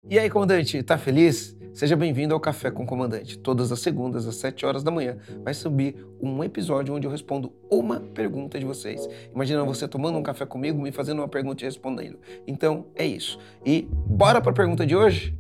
E aí, comandante, tá feliz? Seja bem-vindo ao Café com o Comandante. Todas as segundas, às 7 horas da manhã, vai subir um episódio onde eu respondo uma pergunta de vocês. Imagina você tomando um café comigo, me fazendo uma pergunta e respondendo. Então, é isso. E bora pra pergunta de hoje?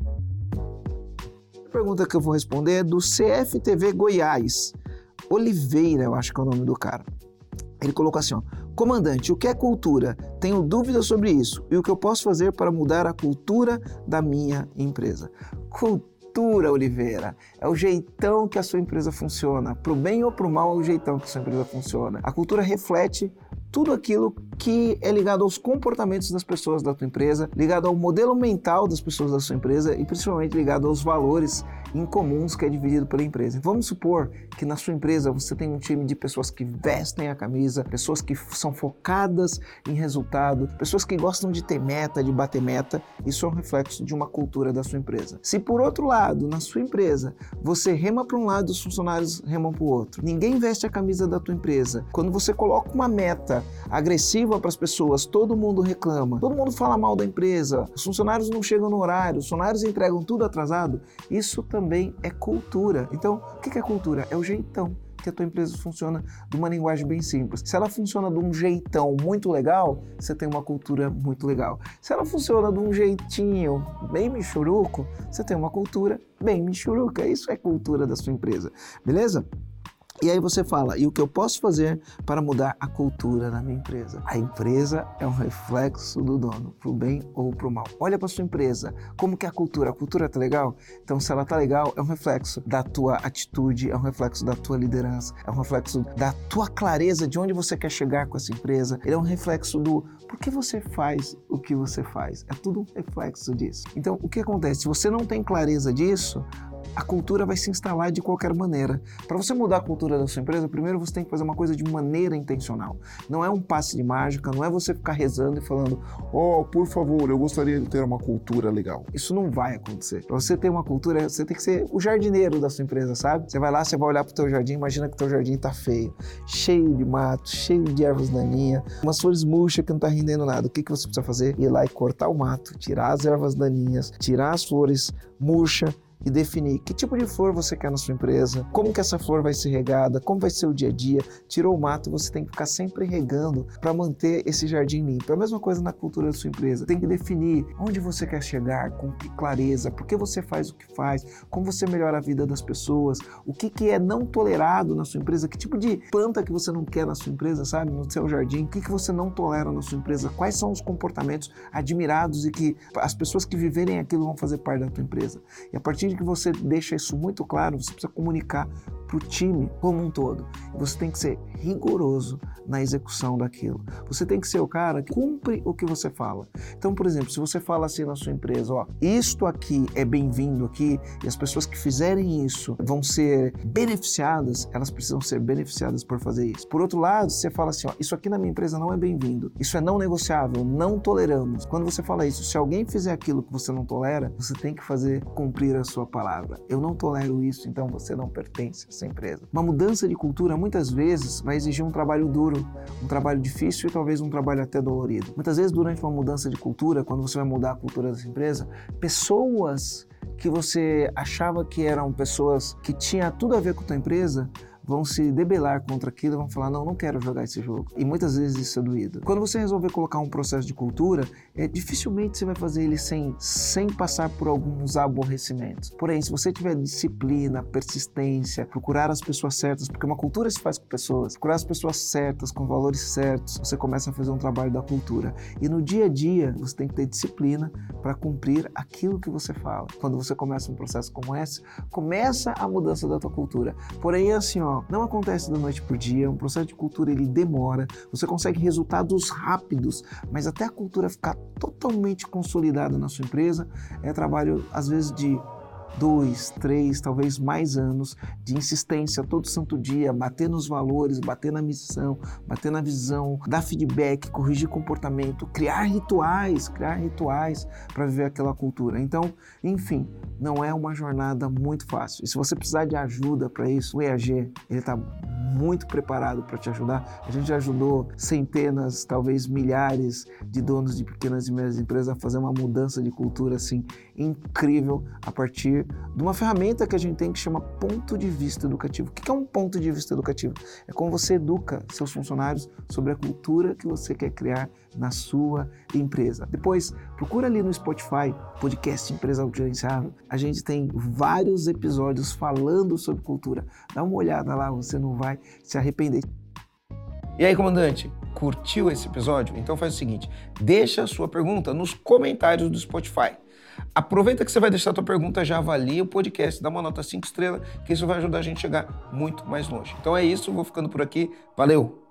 A pergunta que eu vou responder é do CFTV Goiás. Oliveira, eu acho que é o nome do cara. Ele colocou assim, ó: comandante, o que é cultura? Tenho dúvidas sobre isso. E o que eu posso fazer para mudar a cultura da minha empresa? Cultura, Oliveira, é o jeitão que a sua empresa funciona. Pro bem ou pro mal, é o jeitão que a sua empresa funciona. A cultura reflete tudo aquilo que é ligado aos comportamentos das pessoas da tua empresa, ligado ao modelo mental das pessoas da sua empresa e principalmente ligado aos valores incomuns que é dividido pela empresa. Vamos supor que na sua empresa você tem um time de pessoas que vestem a camisa, pessoas que são focadas em resultado, pessoas que gostam de ter meta, de bater meta. Isso é um reflexo de uma cultura da sua empresa. Se por outro lado, na sua empresa, você rema para um lado e os funcionários remam para o outro, ninguém veste a camisa da tua empresa, quando você coloca uma meta agressiva para as pessoas, todo mundo reclama, todo mundo fala mal da empresa, os funcionários não chegam no horário, os funcionários entregam tudo atrasado, isso também é cultura. Então, o que é cultura? É o jeitão que a tua empresa funciona de uma linguagem bem simples. Se ela funciona de um jeitão muito legal, você tem uma cultura muito legal. Se ela funciona de um jeitinho bem michuruco, você tem uma cultura bem michuruca. Isso é cultura da sua empresa, beleza? E aí você fala, e o que eu posso fazer para mudar a cultura na minha empresa? A empresa é um reflexo do dono, pro bem ou pro mal. Olha para sua empresa, como que é a cultura? A cultura tá legal? Então, se ela tá legal, é um reflexo da tua atitude, é um reflexo da tua liderança, é um reflexo da tua clareza de onde você quer chegar com essa empresa. Ele é um reflexo do por que você faz o que você faz. É tudo um reflexo disso. Então, o que acontece? Se você não tem clareza disso, a cultura vai se instalar de qualquer maneira. Para você mudar a cultura da sua empresa, primeiro você tem que fazer uma coisa de maneira intencional. Não é um passe de mágica, não é você ficar rezando e falando, oh, por favor, eu gostaria de ter uma cultura legal. Isso não vai acontecer. Para você ter uma cultura, você tem que ser o jardineiro da sua empresa, sabe? Você vai lá, você vai olhar para o teu jardim, imagina que o teu jardim tá feio, cheio de mato, cheio de ervas daninhas, umas flores murchas que não tá rendendo nada. O que você precisa fazer? Ir lá e cortar o mato, tirar as ervas daninhas, tirar as flores murchas, e definir que tipo de flor você quer na sua empresa, como que essa flor vai ser regada, como vai ser o dia a dia. Tirou o mato, você tem que ficar sempre regando para manter esse jardim limpo. É a mesma coisa na cultura da sua empresa. Tem que definir onde você quer chegar, com que clareza, por que você faz o que faz, como você melhora a vida das pessoas, o que é não tolerado na sua empresa, que tipo de planta que você não quer na sua empresa, sabe, no seu jardim, o que você não tolera na sua empresa, quais são os comportamentos admirados e que as pessoas que viverem aquilo vão fazer parte da tua empresa. E a partir de que você deixa isso muito claro, você precisa comunicar para o time como um todo. Você tem que ser rigoroso na execução daquilo. Você tem que ser o cara que cumpre o que você fala. Então, por exemplo, se você fala assim na sua empresa, ó, isto aqui é bem-vindo aqui, e as pessoas que fizerem isso vão ser beneficiadas, elas precisam ser beneficiadas por fazer isso. Por outro lado, você fala assim, ó, isso aqui na minha empresa não é bem-vindo, isso é não negociável, não toleramos. Quando você fala isso, se alguém fizer aquilo que você não tolera, você tem que fazer cumprir a sua palavra. Eu não tolero isso, então você não pertence a essa empresa. Uma mudança de cultura muitas vezes vai exigir um trabalho duro, um trabalho difícil e talvez um trabalho até dolorido. Muitas vezes durante uma mudança de cultura, quando você vai mudar a cultura dessa empresa, pessoas que você achava que eram pessoas que tinham tudo a ver com a tua empresa, vão se debelar contra aquilo e vão falar, não quero jogar esse jogo. E muitas vezes isso é doído. Quando você resolver colocar um processo de cultura, dificilmente você vai fazer ele sem passar por alguns aborrecimentos. Porém, se você tiver disciplina, persistência, procurar as pessoas certas, porque uma cultura se faz com pessoas, procurar as pessoas certas, com valores certos, você começa a fazer um trabalho da cultura. E no dia a dia, você tem que ter disciplina para cumprir aquilo que você fala. Quando você começa um processo como esse, começa a mudança da tua cultura. Porém, assim, ó, não acontece da noite pro dia, um processo de cultura ele demora, você consegue resultados rápidos, mas até a cultura ficar totalmente consolidada na sua empresa, é trabalho às vezes de 2, 3, talvez mais anos de insistência todo santo dia, bater nos valores, bater na missão, bater na visão, dar feedback, corrigir comportamento, criar rituais para viver aquela cultura. Então, enfim, não é uma jornada muito fácil. E se você precisar de ajuda para isso, o EAG, ele está muito preparado para te ajudar. A gente já ajudou centenas, talvez milhares de donos de pequenas e médias empresas a fazer uma mudança de cultura assim incrível a partir de uma ferramenta que a gente tem que chama ponto de vista educativo. O que é um ponto de vista educativo? É como você educa seus funcionários sobre a cultura que você quer criar na sua empresa. Depois, procura ali no Spotify, podcast Empresa Autogerenciável. A gente tem vários episódios falando sobre cultura. Dá uma olhada lá, você não vai se arrepender. E aí, comandante, curtiu esse episódio? Então faz o seguinte, deixa a sua pergunta nos comentários do Spotify. Aproveita que você vai deixar a tua pergunta, já avalia o podcast, dá uma nota 5 estrelas, que isso vai ajudar a gente a chegar muito mais longe. Então é isso, vou ficando por aqui. Valeu!